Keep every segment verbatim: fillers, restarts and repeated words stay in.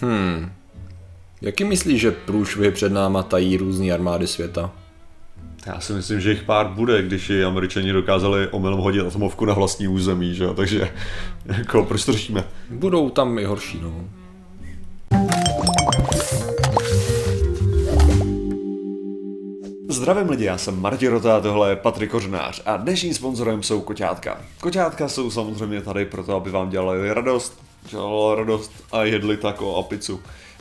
Hmm. Jaký myslíš, že průšvy před náma tají různý armády světa? Já si myslím, že jich pár bude, když i Američani dokázali omylem hodit atomovku na vlastní území, že jo, takže jako, proč to řešíme? Budou tam i horší, no. Zdravím lidi, já jsem Martin Rota, tohle je Patrik Kořenář a dnešním sponzorem jsou koťátka. Koťátka jsou samozřejmě tady proto, aby vám dělali radost, dělala radost a jedli tako a pizzu.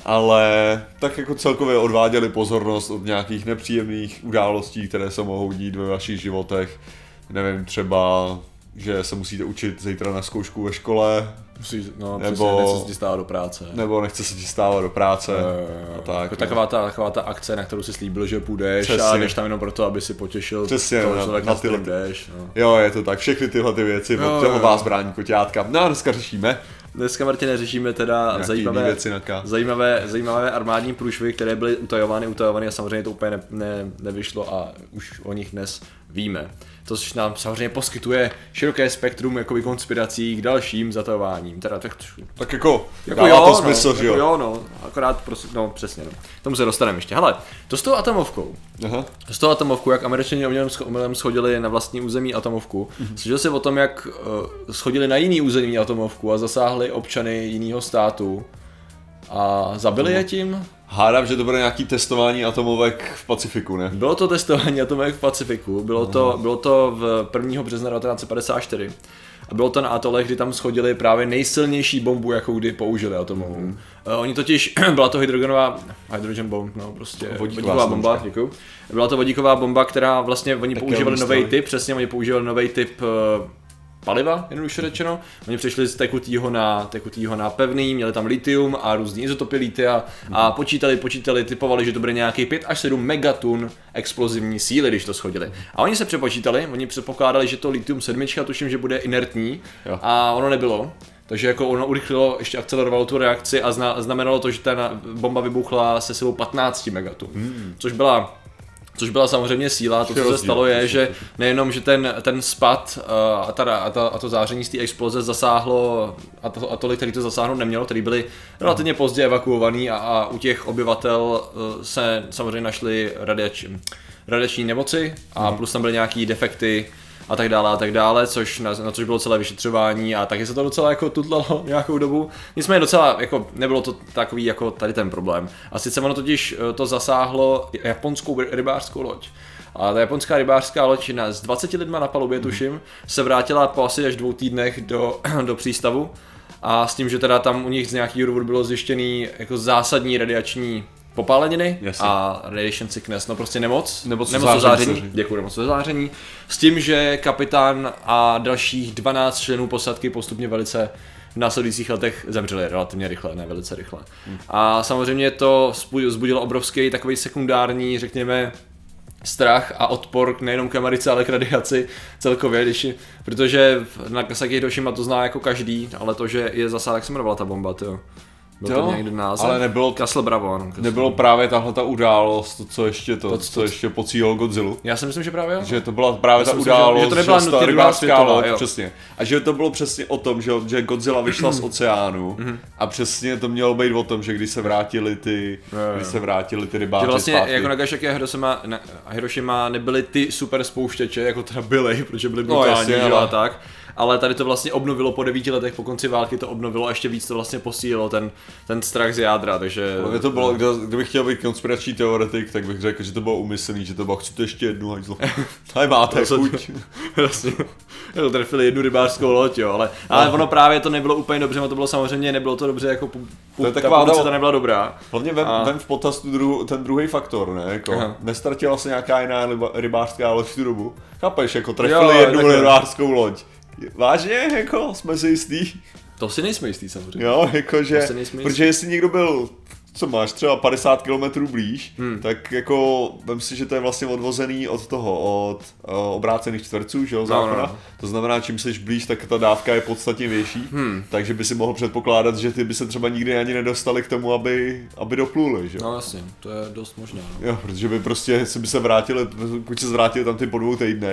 Ale tak jako celkově odváděli pozornost od nějakých nepříjemných událostí, které se mohou dít ve vašich životech. Nevím, třeba, že se musíte učit zítra na zkoušku ve škole. Musíš, no, nebo nechce se ti stávat do práce. Nebo nechce se ti stávat do práce. E, a tak, jako taková, ta, taková ta akce, na kterou jsi slíbil, že půjdeš. Přesně. A jdeš tam jenom proto, aby si potěšil Přesně, toho na, člověka, na s kterým jdeš. No. Jo, je to tak, všechny tyhle ty věci, od toho vás brání koťátka. No a dneska řešíme. Dneska, Martine, řešíme teda zajímavé, zajímavé, zajímavé armádní průšvy, které byly utajovány, utajovány a samozřejmě to úplně ne, ne, nevyšlo a už o nich dnes víme. To nám samozřejmě poskytuje široké spektrum jakoby konspirací k dalším zatajováním. Teda tak, tak jako, jako jo, to smysl, no, že jo? Jako jo, no, akorát prostě, no přesně, no. Tomu se dostaneme ještě. Hele, to s tou atomovkou. Aha. To s tou atomovkou, jak Američani omylem schodili na vlastní území atomovku. Mm-hmm. Slyšel jsi o tom, jak uh, schodili na jiný území atomovku a zasáhli občany jiného státu a zabili je tím? Hádám, že to bude nějaký testování atomovek v Pacifiku, ne? Bylo to testování atomovek v Pacifiku, bylo to, bylo to v prvního března devatenáct set padesát čtyři. A bylo to na atole, kdy tam schodili právě nejsilnější bombu, jakou kdy použili atomovou. Mm. Uh, oni totiž, byla to hydrogenová, hydrogen bomb, no prostě vodíková, vodíková bomba, děkuju. Byla to vodíková bomba, která vlastně, oni tak používali nový typ, přesně, oni používali nový typ uh, paliva, jednoduše řečeno. Oni přešli z tekutýho na, tekutýho na pevný, měli tam litium a různý izotopy litia mm. a počítali, počítali, typovali, že to bude nějaký pět až sedm megatun explozivní síly, když to schodili. A oni se přepočítali, oni předpokládali, že to litium sedmička, tuším, že bude inertní, jo. A ono nebylo. Takže jako ono urychlilo, ještě akcelerovalo tu reakci a zna, znamenalo to, že ta bomba vybuchla se silou patnáct megatun, mm. což byla Což byla samozřejmě síla, to, co se stalo, je, že nejenom, že ten, ten spad a, ta, a, ta, a to záření z té exploze zasáhlo a to, a tolik, který to zasáhnout nemělo, který byli relativně pozdě evakuovaný a, a u těch obyvatel se samozřejmě našly radiač, radiační nemoci a plus tam byly nějaký defekty a tak dále a tak dále, což na, na což bylo celé vyšetřování a taky se to docela jako tutlalo nějakou dobu. Nicméně docela jako nebylo to takový jako tady ten problém. A sice ono totiž to zasáhlo japonskou rybářskou loď. A ta japonská rybářská loď na, s dvaceti lidma na palubě, tuším, se vrátila po asi až dvou týdnech do, do přístavu. A s tím, že teda tam u nich z nějakého důvodu bylo zjištěný jako zásadní radiační popáleniny Jasně. a radiation sickness, no prostě nemoc, nemoc, nemoc záření, děkuji, nemoc záření, s tím, že kapitán a dalších dvanáct členů posádky postupně velice v následujících letech zemřeli relativně rychle, ne velice rychle. Hmm. A samozřejmě to vzbudilo obrovský takový sekundární, řekněme, strach a odpor nejenom k Americe, ale k radiaci celkově, když, protože na Nagasaki Hirošima to zná jako každý, ale to, že je zase, jak se jmenovala ta bomba, tyjo. Byl to někdo název? Ale nebylo, Castle Bravo, ano. Castle. Nebylo právě tahle ta událost, to, co ještě to, to, to co ještě pocílilo Godzilla. Já si myslím, že právě jo. Že to byla právě Já ta událost, že, že to nebyla že ta rybářská loď, jo. přesně. A že to bylo přesně o tom, že, že Godzilla vyšla z oceánu a přesně to mělo být o tom, že když se vrátili ty, když se vrátili ty rybáři že vlastně zpátky. jako Nagasaki a Hiroshima, na, Hiroshima nebyly ty super spouštěče, jako teda byly, protože byly brutální, no, a tak. Ale tady to vlastně obnovilo po devíti letech, po konci války to obnovilo a ještě víc to vlastně posílilo ten, ten strach z jádra, takže... Ale to bylo, kdybych chtěl být konspirační teoretik, tak bych řekl, že to bylo úmyslný, že to bylo, chcete ještě jednu hajzlo. Tady máte, chuť. Vlastně, trefili jednu rybářskou loď, jo, ale, ale ono právě to nebylo úplně dobře, to bylo samozřejmě, nebylo to dobře, jako pu, pu, to ta publicita nebyla dobrá. Hlavně vem, a... vem v potaz dru, ten druhý faktor, ne, jako, nestratila se nějaká jiná rybářská loď v tu dobu. Chápeš, jako trefili jo, jednu rybářskou loď. Vážně, jako, jsme si jistý? To si nejsme jistý samozřejmě. Jo, jakože, protože jestli někdo byl, co máš, třeba padesát kilometrů blíž, hmm. tak jako, vem si, že to je vlastně odvozený od toho, od uh, obrácených čtverců, že jo, zákona. No, no. To znamená, čím seš blíž, tak ta dávka je podstatně větší, hmm. takže by si mohl předpokládat, že ty by se třeba nikdy ani nedostali k tomu, aby, aby dopluli, že jo. No jasně, to je dost možné. No. Jo, protože by prostě, si by se vrátili, pokud se zvrátili tam ty po dvou týdnech,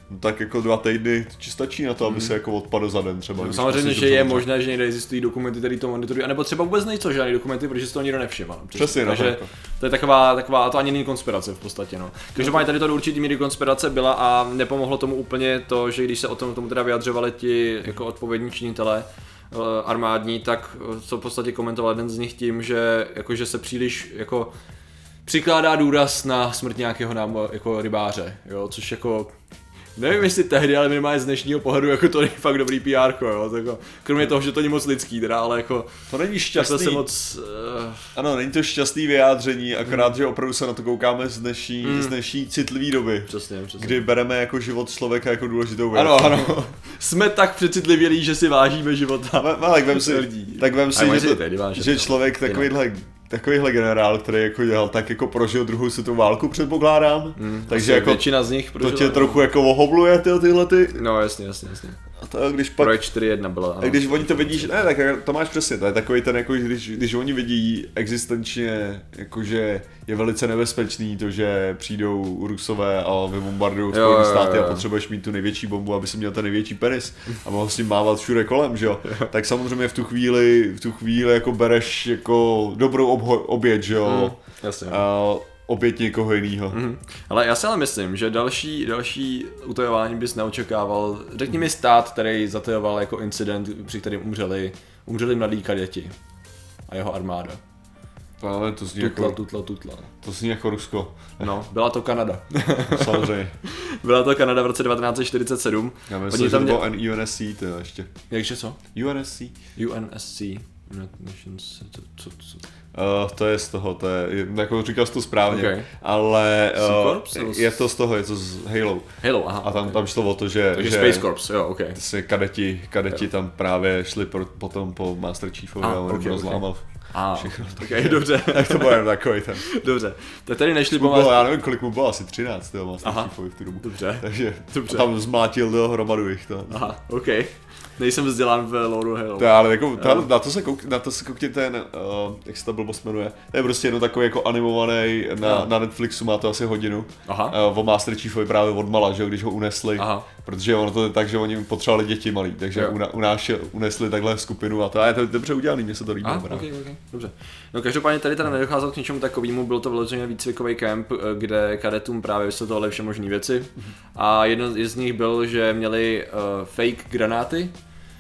no tak jako dva týdny ti stačí na to, aby se jako odpadl za den třeba. No, samozřejmě, že je možné, že někde existují dokumenty, které to monitorují, anebo třeba vůbec nejsou žádný dokumenty, protože se to nikdo nevšiml. Přesně, no, takže jako. to je taková, taková, to ani není konspirace v podstatě, no. Každopádně tady to do určitý míry konspirace byla a nepomohlo tomu úplně to, že když se o tom tomu teda vyjadřovali ti jako odpovědní činitelé armádní, tak to v podstatě komentoval jeden z nich tím, že jakože se příliš jako přikládá důraz na smrt nějakého námo, jako rybáře, jo, což jako nevím jestli tehdy, ale minimálně z dnešního pohledu jako to není fakt dobrý P R, jo, tak jako, kromě toho, že to není moc lidský teda, ale jako to není šťastný. Se moc, uh... Ano, není to šťastný vyjádření, akorát, mm. že opravdu se na to koukáme z dnešní, mm. z dnešní citlivý doby, přesně, přesně. kdy bereme jako život člověka jako důležitou věc. Ano, ano, jsme tak přecitlivělí, že si vážíme života. No, tak vem si, lidí. Tak vem si, že, to, že člověk takovýhle takovýhle generál, který jako dělal, tak jako prožil druhou světovou válku, předpokládám. Mm, takže jako většina z nich prožila, to tě trochu jako ohobluje ty, tyhle ty. No jasně, jasně, jasně. A to když pak... Projekt čtyři jedna byla. A když oni to vidí, že ne, tak to máš přesně, to je takový ten, jako když, když oni vidí existenčně, jakože je velice nebezpečný to, že přijdou Rusové a vybombardují Spojené státy a potřebuješ mít tu největší bombu, aby si měl ten největší penis a mohl s ním mávat všude kolem, že jo. Tak samozřejmě v tu chvíli, v tu chvíli jako bereš jako dobrou obho- oběť, že jo. Hmm, jasně. A oběť někoho jinýho. Mm-hmm. Ale já si ale myslím, že další, další utajování bys neočekával. Řekni mi stát, který zatajoval jako incident, při kterém umřeli, umřeli mladí kadeti a jeho armáda. Ale to zní tutla, jako... tutla, tutla. To zní jako Rusko. No, byla to Kanada. Samozřejmě. Byla to Kanada v roce devatenáct set čtyřicet sedm. Já myslím, že to bylo U N S C, to ještě. Jakže co? U N S C. U N S C. Nations, co, co, co? Uh, to je z toho, to je, jako říkal jsi to správně, okay. ale uh, Corps, je to z toho, je to z Halo. Halo, aha. A tam, okay. tam šlo o to, že... Takže že Space Corps, jo, ok. Si kadeti, kadeti jo. tam právě šli pro, potom po Master Chiefovi ah, a on okay, rozlámal okay. Ah, všechno. Okay, dobře. Tak to byl jen takový ten. Dobře, tak tady nešli po Master... Já nevím, kolik mu bylo, asi třináct, toho Master Chiefovi v tu dobu. Dobře. Takže dobře. tam zmlátil dohromadu jich to. Aha, ok. Nejsem vzdělán v loreu Halo. To ale jako, ta, na to se kouk, na to se koukně ten, uh, jak se ta blbost jmenuje, to je prostě jenom takový jako animovaný, na, na Netflixu má to asi hodinu. Aha. Uh, o Master Chiefovi právě odmala, že když ho unesli, aha. protože ono to je tak, že oni potřebovali děti malý, takže unáš, unesli takhle skupinu a to, a je to dobře udělaný, mně se to líbí. Ah, okay, okay. Dobře. No každopádně tady teda nedocházelo k něčemu takovému, byl to vyloženě výcvikový kemp, kde kadetům právě vysvětlovali vše možné věci a jedno z nich byl, že měli uh, fake granáty,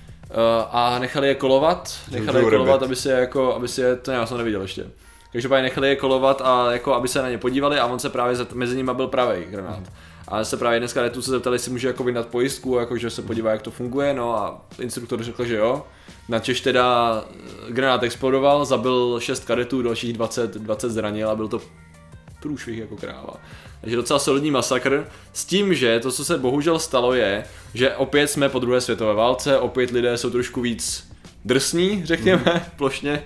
Uh, a nechali je kolovat, nechali je kolovat, aby si je jako, aby si je, to já jsem neviděl ještě. Každopádně nechali je kolovat a jako aby se na ně podívali a on se právě, mezi nimi byl pravý granát. A se právě dneska kadetů se zeptali, jestli může jako vydat pojistku, jako že se podívá, jak to funguje, no a instruktor řekl, že jo. Načež teda granát explodoval, zabil šest kadetů, dalších dvacet, dvacet zranil a byl to průšvih jako kráva. Takže docela solidní masakr, s tím, že to, co se bohužel stalo, je, že opět jsme po druhé světové válce, opět lidé jsou trošku víc drsní, řekněme, mm. plošně.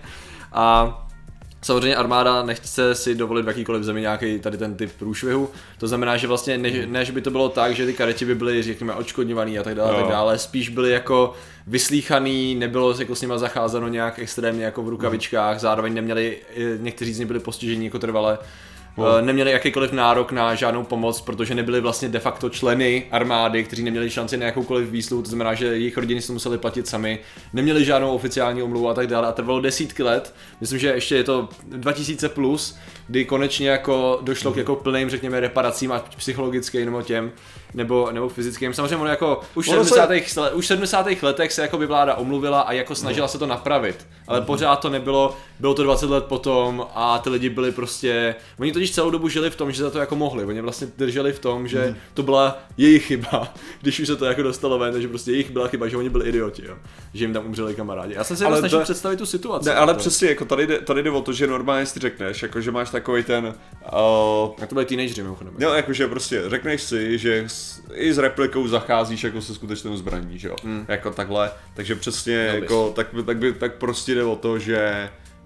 A samozřejmě armáda nechce si dovolit v jakýkoliv zemi nějaký tady ten typ průšvihu. To znamená, že vlastně ne, ne že by to bylo tak, že ty kadeti by byli, řekněme, odškodňovaný a tak dále, no. tak dále, spíš byli jako vyslíchaný, nebylo jako s nima zacházeno nějak extrémně jako v rukavičkách, zároveň neměli, někteří z nich byli postiženi jako trvale. Wow. Neměli jakýkoliv nárok na žádnou pomoc, protože nebyli vlastně de facto členy armády, kteří neměli šanci na jakoukoliv výsluhu, to znamená, že jejich rodiny si to museli platit sami, neměli žádnou oficiální omluvu a tak dále a trvalo desítky let, myslím, že ještě je to dva tisíce plus, kdy konečně jako došlo k jako plným, řekněme, reparacím a psychologickým nebo těm, nebo, nebo fyzickým. Samozřejmě ono jako už v sedmdesátých se... už sedmdesátých letech se jako by vláda omluvila a jako snažila se to napravit, ale pořád to nebylo, bylo to dvacet let potom a ty lidi byli prostě, oni totiž celou dobu žili v tom, že za to jako mohli, oni vlastně drželi v tom, že mm. to byla jejich chyba, když už se to jako dostalo ven, takže prostě jejich byla chyba, že oni byli idioti, jo, že jim tam umřeli kamarádi. Já jsem si snažil to... představit tu situaci. Ne, ale to... přesně, jako tady jde, tady jde o to, že normálně si řekneš, jako že máš takový ten... Uh... Jak to byli teenageři, mimochodem. No, jakože prostě řekneš si, že s, i s replikou zacházíš jako se skutečnou zbraní, že jo, mm. jako takhle, takže přesně, no, jako, tak, tak, by, tak prostě jde o to, že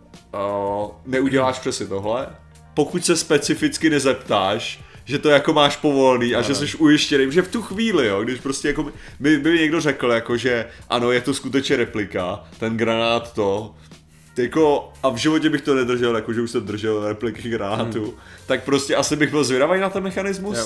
uh, neuděláš přesně tohle, pokud se specificky nezeptáš, že to jako máš povolený a no, že jsi ujištěný, že v tu chvíli, jo, když prostě jako by, by někdo řekl, jako, že ano, je to skutečně replika, ten granát to, jako, a v životě bych to nedržel, jako že už jsem držel repliky granátu, hmm. tak prostě asi bych byl zvědavý na ten mechanismus. Jo.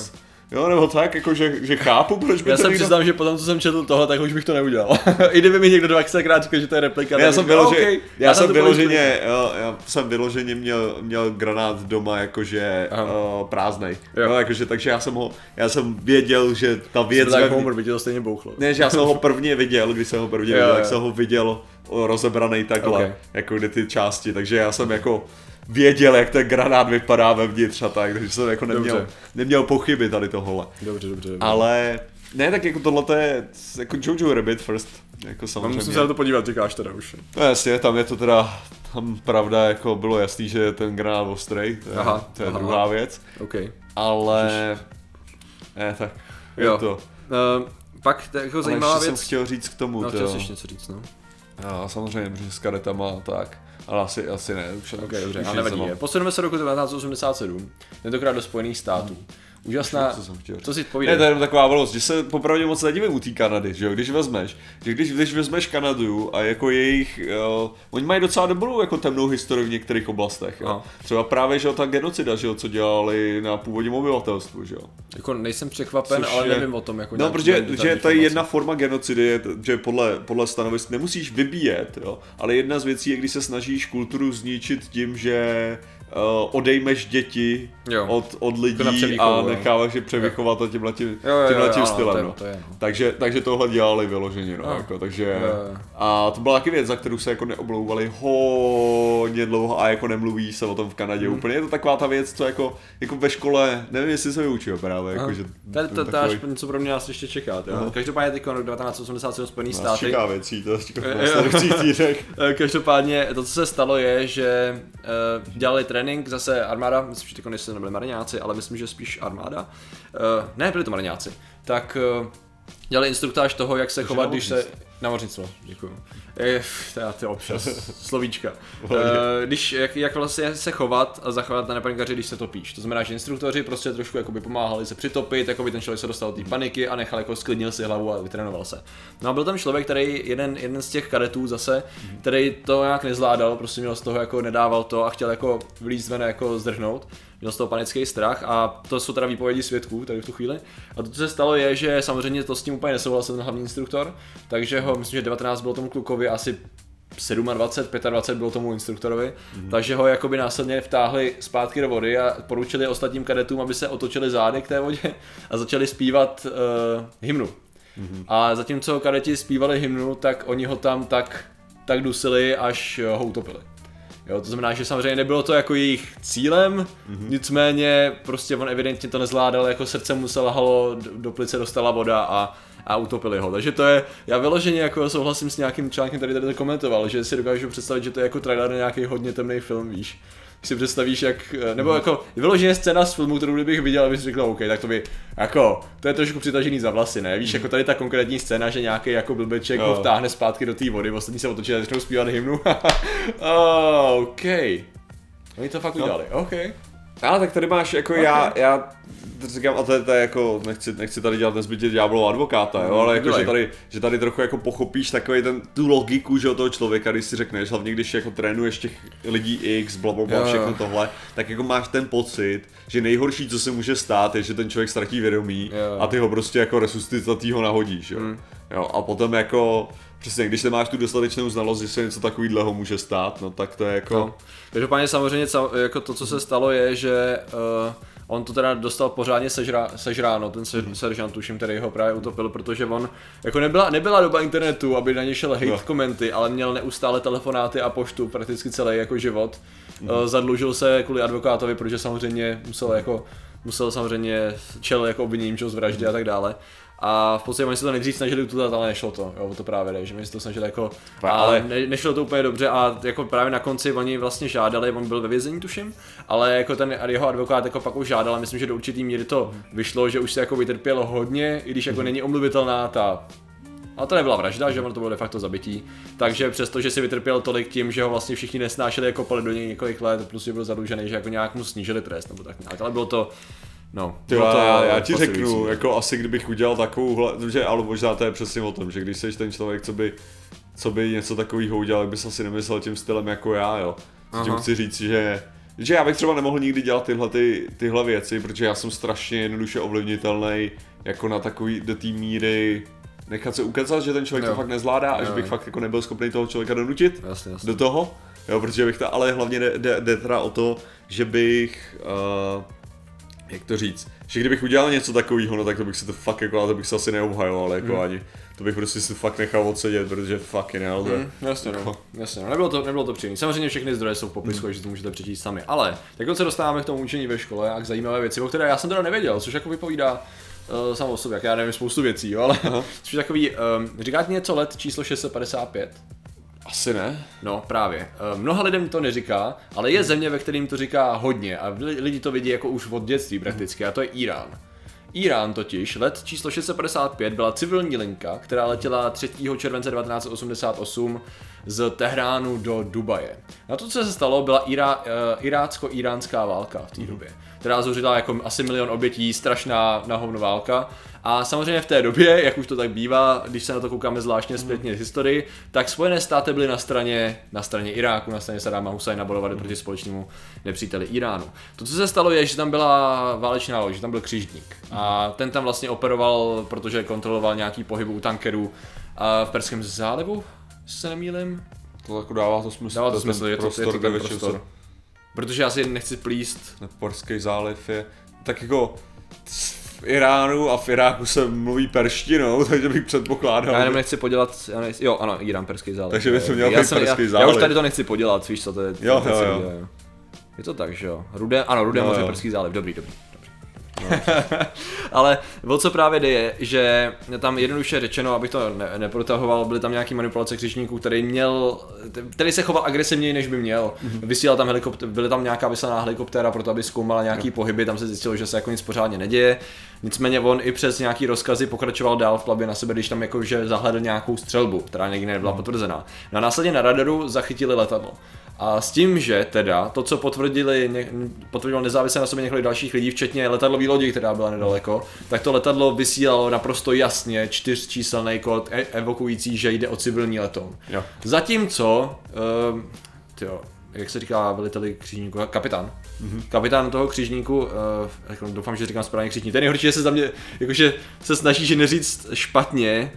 Jo, nebo tak, jako, že, že chápu, proč by já to jsem někdo... přiznám, že potom, co jsem četl tohle, tak už bych to neudělal. I kdyby mi někdo dvakrát řekl, že to je replika, já jsem vyloženě, okay, já, já jsem vyloženě, to jo, já jsem vyloženě měl, měl granát doma jakože uh, prázdnej. Jo. Jo, jakože, takže já jsem ho, já jsem věděl, že ta věc... Jsi tak Homer, by tě to stejně bouchlo. Ne, že já jsem ho prvně viděl, když jsem ho prvně viděl, tak jsem ho viděl rozebraný takhle, okay. Jako kde ty části, takže já jsem jako věděl, jak ten granát vypadá vevnitř a tak, takže jsem jako neměl, neměl pochyby tady tohle. Dobře, dobře, dobře. Ale ne, tak jako tohle je jako Jojo Rabbit first, jako samozřejmě. Musím se na to podívat, říkáš teda už. No jasně, tam je to teda, tam pravda jako bylo jasný, že je ten granát ostrej, to je, aha, to je aha. druhá věc. Okay. Ale, ne, tak jo. je to. Uh, pak to jako zajímavá věc. jsem chtěl říct k tomu, no, chtěl jsi ještě něco říct, no. A samozřejmě, že s karetama a tak. Ale asi, asi ne, už, okay, už, dobře, už ale nevadí. Posuneme se do roku devatenáct osmdesát sedm, tentokrát do Spojených států. Úžasná, co, jsem chtěl co si povídej. Ne, to je jenom taková volost, že se popravdě moc nedivím u té Kanady, že jo, když vezmeš, že když, když vezmeš Kanadu a jako jejich, uh, oni mají docela dobrou jako temnou historii v některých oblastech, jo. Třeba právě, že jo, ta genocida, že jo, co dělali na původním obyvatelstvu, že jo. Jako nejsem překvapen, což ale je, nevím o tom, jako no, protože že to je jedna forma genocidy, je, že podle, podle stanovisk nemusíš vybíjet, jo, ale jedna z věcí je, když se snažíš kulturu zničit tím, že Uh, odejmeš děti od, od lidí a necháváš je převychovat a tímhle tím, tímhle tím stylem. No, no. To je, no. takže, takže tohle dělali vyloženě. No, jako, takže, a to byla taky věc, za kterou se jako neoblouvali hodně dlouho a jako nemluví se o tom v Kanadě hmm. úplně. Je to taková ta věc, co jako, jako ve škole, nevím, jestli se vyučil právě. Jako, že to je to, takový... to něco pro mě nás ještě čeká. Každopádně teď devatenáct osmdesát sedm Spojených státy. Čeká věcí, to je Každopádně to, co se stalo, je, že uh, dělali trénink, zase armáda, myslím, že teď nejste nebyli mariňáci, ale myslím, že spíš armáda. Uh, ne, byli to mariňáci. Tak uh, dělali instruktáž toho, jak se chovat, když se... Námořnictvo, děkuju. Je, teda ty občas, slovíčka. Uh, když, jak, jak vlastně se chovat a zachovat na nepanikaři, když se topíš. To znamená, že instruktoři prostě trošku jakoby pomáhali se přitopit, jakoby ten člověk se dostal do té paniky a nechal jako sklidnil si hlavu a vytrénoval se. No a byl tam člověk, který, jeden, jeden z těch kadetů zase, který to nějak nezvládal, prostě měl z toho jako nedával to a chtěl jako vylízt ven, jako zdrhnout. Měl z toho panický strach a to jsou teda výpovědi svědků tady v tu chvíli. A to, co se stalo, je, že samozřejmě to s tím úplně nesouhlasil ten hlavní instruktor, takže ho, myslím, že devatenáct bylo tomu klukovi, asi dvacet sedm, dvacet pět bylo tomu instruktorovi, mm-hmm. takže ho jakoby následně vtáhli zpátky do vody a poručili ostatním kadetům, aby se otočili zády k té vodě a začali zpívat uh, hymnu. Mm-hmm. A zatímco kadeti zpívali hymnu, tak oni ho tam tak, tak dusili, až ho utopili. Jo, to znamená, že samozřejmě nebylo to jako jejich cílem, mm-hmm. nicméně prostě on evidentně to nezvládal, jako srdce mu se lahalo, do plice dostala voda a, a utopili ho. Takže to je, já vyloženě jako souhlasím s nějakým článkem, který tady komentoval, že si dokážu představit, že to je jako trailer na nějaký hodně temný film, víš. Když si představíš, jak, nebo jako vyloženě scéna z filmu, kterou kdybych viděl, abych si řekl, OK, tak to by, jako, to je trošku přitažený za vlasy, ne? Víš, jako tady ta konkrétní scéna, že nějaký jako blbeček ho vtáhne zpátky do té vody, ostatní se otočí a začnou zpívat hymnu. oh, OK. Oni to fakt udělali, no. OK. Ale tak tady máš, jako okay. já, já říkám, a to je, to je jako, nechci, nechci tady dělat nezbytně ďáblova advokáta, jo, ale jako, že tady, že tady trochu jako pochopíš takový ten, tu logiku, že o toho člověka, když si řekneš, hlavně když jako trénuješ těch lidí X, blablabla, všechno tohle, tak jako máš ten pocit, že nejhorší, co se může stát, je, že ten člověk ztratí vědomí jo. a ty ho prostě jako resuscitatýho nahodíš, jo. Mm. jo. A potom jako, přesně, když nemáš tu dostatečnou znalost, že se něco takového může stát, no tak to je jako... No. Každopádně samozřejmě jako to, co se stalo, je, že uh, on to teda dostal pořádně sežrá, sežráno, ten se, mm. seržant, tuším, který ho právě utopil, protože on, jako nebyla, nebyla doba internetu, aby na ně šel hate no. komenty, ale měl neustále telefonáty a poštu prakticky celý jako život. Mm. Uh, zadlužil se kvůli advokátovi, protože samozřejmě musel jako, musel samozřejmě čel jako obviněním z vraždy mm. a tak dále. A v podstatě oni se to nejdřív snažili ututat, ale nešlo to, jo, to právě jde, že my se to snažili jako, ale ne, nešlo to úplně dobře a jako právě na konci oni vlastně žádali, on byl ve vězení tuším, ale jako ten jeho advokát jako pak už žádal a myslím, že do určitý míry to vyšlo, že už se jako vytrpělo hodně, i když jako není omluvitelná ta, ale to nebyla vražda, že ono to bylo de facto zabití, takže přesto, že si vytrpěl tolik tím, že ho vlastně všichni nesnášeli, jako kopali do něj několik let, plus byl zadlužený, že jako nějak mu snížili trest nebo tak nějak, ale bylo to No, Tyjo, to, já, já ti řeknu, jako asi kdybych udělal takovouhle, že, ale možná to je přesně o tom, že když jsi ten člověk, co by, co by něco takového udělal, bys asi nemyslel tím stylem jako já, jo. Tím chci říct, že že já bych třeba nemohl nikdy dělat tyhle, ty, tyhle věci, protože já jsem strašně jednoduše ovlivnitelný jako na takový do té míry nechat se ukecat, že ten člověk jo. to fakt nezvládá a že bych fakt jako nebyl schopný toho člověka donutit jasně, jasně. do toho. Jo, protože bych to, ale hlavně jde, jde, jde teda o to, že bych, uh, jak to říct, že kdybych udělal něco takového, no tak to bych si to fakt jako, to bych se asi neobhajoval jako hmm. ani. To bych prostě si fakt nechal odsedět, protože fucking hell, hmm, jasně, no, jasně, no, nebylo to, nebylo to příjemné. Samozřejmě všechny zdroje jsou v popisku, hmm. že to můžete přečíst sami, ale tak se dostáváme k tomu učení ve škole a k zajímavé věci, o které já jsem teda nevěděl, což jako vypovídá uh, samo o sobě, jak já nevím spoustu věcí, jo, ale což takový, um, říkáte něco let číslo šest set padesát pět? Asi ne. No právě. Mnoha lidem to neříká, ale je země, ve kterým to říká hodně a lidi to vidí jako už od dětství prakticky a to je Irán. Irán totiž, let číslo šest set padesát pět byla civilní linka, která letěla třetího července devatenáct set osmdesát osm z Tehránu do Dubaje. Na to, co se stalo, byla Irá, uh, irácko-iránská válka v té době, která zuřila jako asi milion obětí, strašná na hovno válka. A samozřejmě v té době, jak už to tak bývá, když se na to koukáme zvláštně zpětně z historii, tak Spojené státy byly na straně, na straně Iráku, na straně Saddáma Husajna, bojovali proti společnému nepříteli Iránu. To, co se stalo, je, že tam byla válečná loď, že tam byl křižník. A ten tam vlastně operoval, protože kontroloval nějaký pohyb u tankerů a v Perském zálivu, se nemýlim. To jako dává to smysl. Dává to smysl, je to, prostor, je to ten prostor. Protože já si nechci plíst. Perský záliv je tak jako v Iránu a v Iráku se mluví perštinou, takže bych předpokládal. Já jenom nechci podělat, já nechci, jo ano, Irán, Perský záliv. Takže by to měl být Perský záliv. Já už tady to nechci podělat, víš co, to je, jo, to je jo, celý, jo. jo. Je to tak, že jo. Rudé, ano, Rudé no, moře, Perský záliv, dobrý, dobrý. No. Ale o co právě jde je, že tam jednoduše řečeno, abych to ne- neprotahoval, byly tam nějaký manipulace křižníků, který měl, který se choval agresivněji, než by měl. Mm-hmm. Vysílal tam helikopter, byly tam nějaká vyslaná helikoptéra pro to, aby zkoumala nějaký no. pohyby, tam se zjistilo, že se jako nic pořádně neděje. Nicméně on i přes nějaký rozkazy pokračoval dál v plavbě na sebe, když tam jakože zahledl nějakou střelbu, která někdy nebyla potvrzená. No a následně na radaru zachytili letadlo. A s tím, že teda to, co potvrdili, potvrdilo nezávisle na sobě několik dalších lidí, včetně letadlové lodi, která byla nedaleko, tak to letadlo vysílalo naprosto jasně čtyřčíselný kód e- evokující, že jde o civilní letoun. Jo. Zatímco, uh, tyjo, jak se říká veliteli křižníku, kapitán. Mm-hmm. Kapitán toho křižníku, uh, doufám, že říkám správně křižník, ten nejhorší, že se za mě, jakože se snažíš neříct špatně,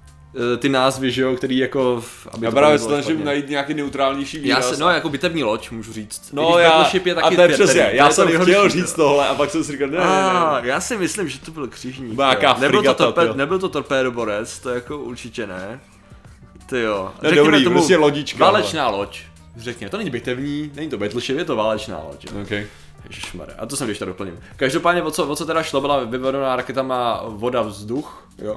ty názvy, že jo, který jako... Aby já to právě snažím najít nějaký neutrálnější výraz. Já se, no jako bitevní loď, můžu říct. No já, je taky a to je přesně, já jsem chtěl říct tohle a pak jsem si říkal, ne, a, ne, ne. Já si myslím, že to byl křižník. Nebyl to, torpé, nebyl to torpédoborec, to jako určitě ne. Ty jo. Ne, dobrý, tomu prostě lodička. Válečná loď, řekněme, to není bitevní, není to Battleship, je to válečná loď. Okay. Ježišmarja, a to jsem když to doplním. Každopádně o co, o co teda šlo, byla vyvedená raketama voda vzduch, jo.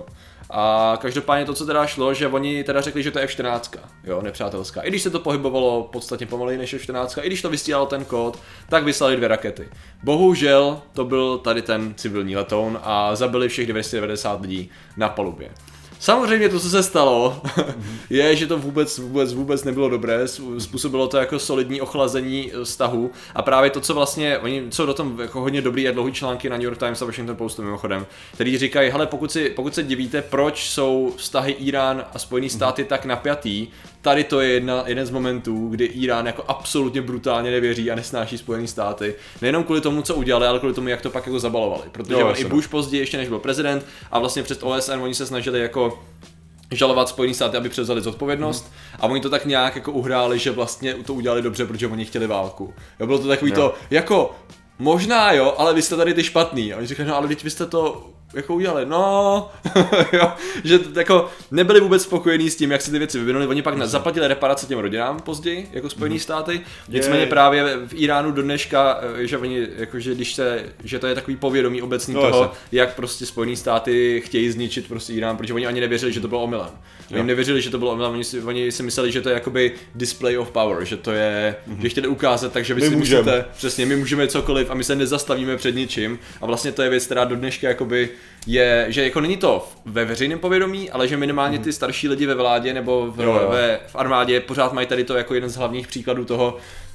A každopádně to, co teda šlo, že oni teda řekli, že to je F čtrnáct, jo, nepřátelská. I když se to pohybovalo podstatně pomaleji než F čtrnáct, i když to vysílalo ten kód, tak vyslali dvě rakety. Bohužel to byl tady ten civilní letoun a zabili všech dvě stě devadesát lidí na palubě. Samozřejmě to, co se stalo, je, že to vůbec, vůbec, vůbec nebylo dobré, způsobilo to jako solidní ochlazení vztahu a právě to, co vlastně, oni jsou do tom jako hodně dobrý a dlouhý články na New York Times a Washington Postu mimochodem, který říkají, hele, pokud, si, pokud se divíte, proč jsou vztahy Irán a Spojený státy tak napjatý, tady to je jedna, jeden z momentů, kdy Irán jako absolutně brutálně nevěří a nesnáší Spojený státy. Nejenom kvůli tomu, co udělali, ale kvůli tomu, jak to pak jako zabalovali. Protože jo, on i Bush později, ještě než byl prezident, a vlastně přes O S N oni se snažili jako žalovat Spojený státy, aby převzali zodpovědnost mm. a oni to tak nějak jako uhráli, že vlastně to udělali dobře, protože oni chtěli válku. Jo, bylo to takový jo. to, jako možná jo, ale vy jste tady ty špatný. A oni říkají, no ale teď vy jste to jako udělali, no, jo, že jako nebyli vůbec spokojení s tím, jak se ty věci vyvinuly, oni pak mm. zaplatili reparace těm rodinám později, jako Spojený mm. státy, nicméně je. Právě v Iránu do dneška, že oni, jakože když se, že to je takový povědomí obecný no, toho, se. jak prostě Spojený státy chtějí zničit prostě Irán, protože oni ani nevěřili, že to bylo omylem. Oni nevěřili, že to bylo omylem, oni si, oni si mysleli, že to je jakoby display of power, že to je, mm. že chtěli ukázat, takže vy my si můžeme. myslíte, přesně, my můžeme cokoliv a my se nezastavíme před ničím a vlastně to je věc, která do dneška jakoby je, že jako není to ve veřejném povědomí, ale že minimálně ty starší lidi ve vládě nebo v, jo, jo. Ve, v armádě pořád mají tady to jako jeden z hlavních příkladů toho,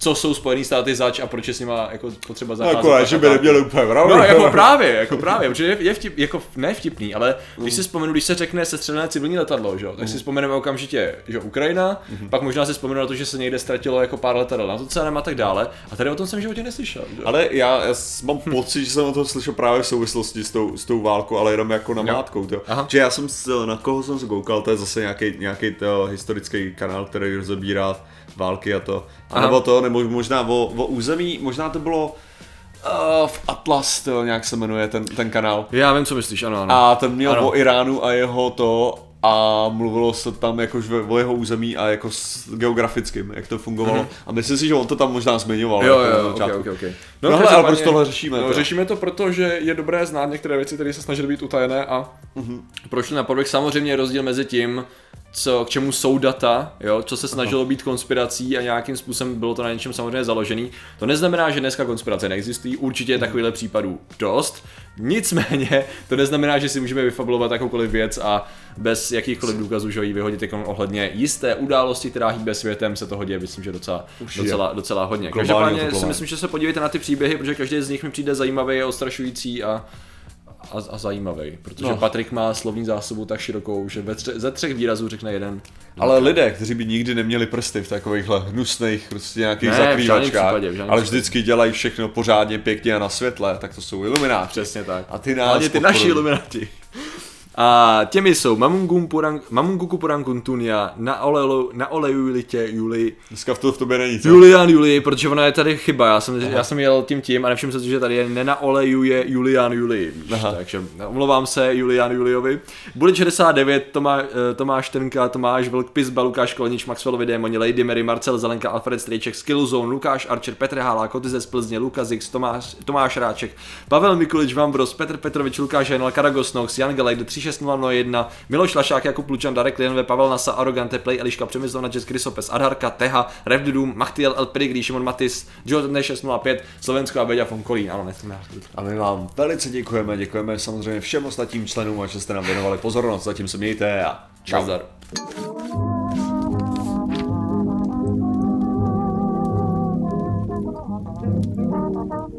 co jsou Spojené státy zač a proč je s nima jako potřeba zacházet. Jako, že by neměli úplně pravdu. No, jako právě, jako právě, protože je, je vtip, jako ne vtipný, ale když si vzpomenu, když se řekne sestřelené civilní letadlo, že? tak si vzpomeneme okamžitě, že Ukrajina, mm-hmm. pak možná si vzpomenu na to, že se někde ztratilo jako pár letadel na to cenem a tak dále. A tady o tom jsem v životě neslyšel. Že? Ale já, já mám pocit, že jsem o tom slyšel právě v souvislosti s tou, s tou válkou, ale jenom jako namátkou. Že já jsem na koho jsem se koukal, to je zase nějaký, nějaký to historický kanál, který rozebírá války a to. A nebo to, nebo možná o, o území, možná to bylo uh, v Atlas, to nějak se jmenuje ten, ten kanál. Já vím, co myslíš, ano, ano. A ten měl ano. o Iránu a jeho to a mluvilo se tam jakož o jeho území a jako s geografickým, jak to fungovalo. Mm-hmm. A myslím si, že on to tam možná zmiňoval. Jo, jako jo, okay, okay, okay. No, no hele, ale proč tohle řešíme? No, řešíme to proto, že je dobré znát některé věci, které se snaží být utajené a mm-hmm. prošli na povrch. Samozřejmě je rozdíl mezi tím, co, k čemu jsou data, jo, co se snažilo být konspirací a nějakým způsobem bylo to na něčem samozřejmě založený. To neznamená, že dneska konspirace neexistují, určitě je takovýchhle případů dost. Nicméně to neznamená, že si můžeme vyfabulovat jakoukoliv věc a bez jakýchkoliv důkazů, že ji vyhodit jako ohledně jisté události, která hýbe světem, se toho děje, myslím, že docela, docela, docela hodně. Každopádně si myslím, že se podívejte na ty příběhy, protože každý z nich mi přijde zajímavý, ostrašující a A, a zajímavý, protože no. Patrik má slovní zásobu tak širokou, že ve tře- ze třech výrazů řekne jeden. Ale lidé, kteří by nikdy neměli prsty v takovýchhle hnusných prostě nějakých ne, zakrývačkách, ale vždycky dělají všechno pořádně, pěkně a na světle, tak to jsou ilumináti. Přesně tak. A ty nás ty naši ilumináti. A těmi jsou Mamunguku Purankuntunia, na, olelu, na olejulitě Juli. Dneska v, to, v tobě není co? Julian Juli, protože ona je tady chyba, já jsem, já jsem jel tím tím a nevšiml se, že tady je nenaolejuje Julian Juli, takže omlouvám se Julian Juliovi. Bulič šedesát devět, Tomá, Tomáš Trnka, Tomáš Vlk, Pizba, Lukáš Kolnič, Maxwellovi démoni, Lady Mary, Marcel Zelenka, Alfred Strejček, Skillzone, Lukáš Archer, Petr Hála, Kotyze z Plzně, Lukas X, Tomáš, Tomáš Ráček, Pavel Mikulič, Vambros, Petr Petrovič, Lukáš Hejnal, Karagos Nox, Jan Galej, tři šest nula nula jedna, Miloš Lašák, Jakub Lučan, Darek Lienve, Pavel Nasa, Arrogante, Play, Eliška, Přemyslovna, Jess, Krysopes, Adharka, Teha, Revdudum, Machtiel, El Pedigree, Šimon Matis, Jordan šest nula pět, Slovensko a Beďa von Kolín. Ano, nechceme. A my vám velice děkujeme, děkujeme samozřejmě všem ostatním členům, a že jste nám věnovali pozornost, zatím se mějte a čau. Nazdar.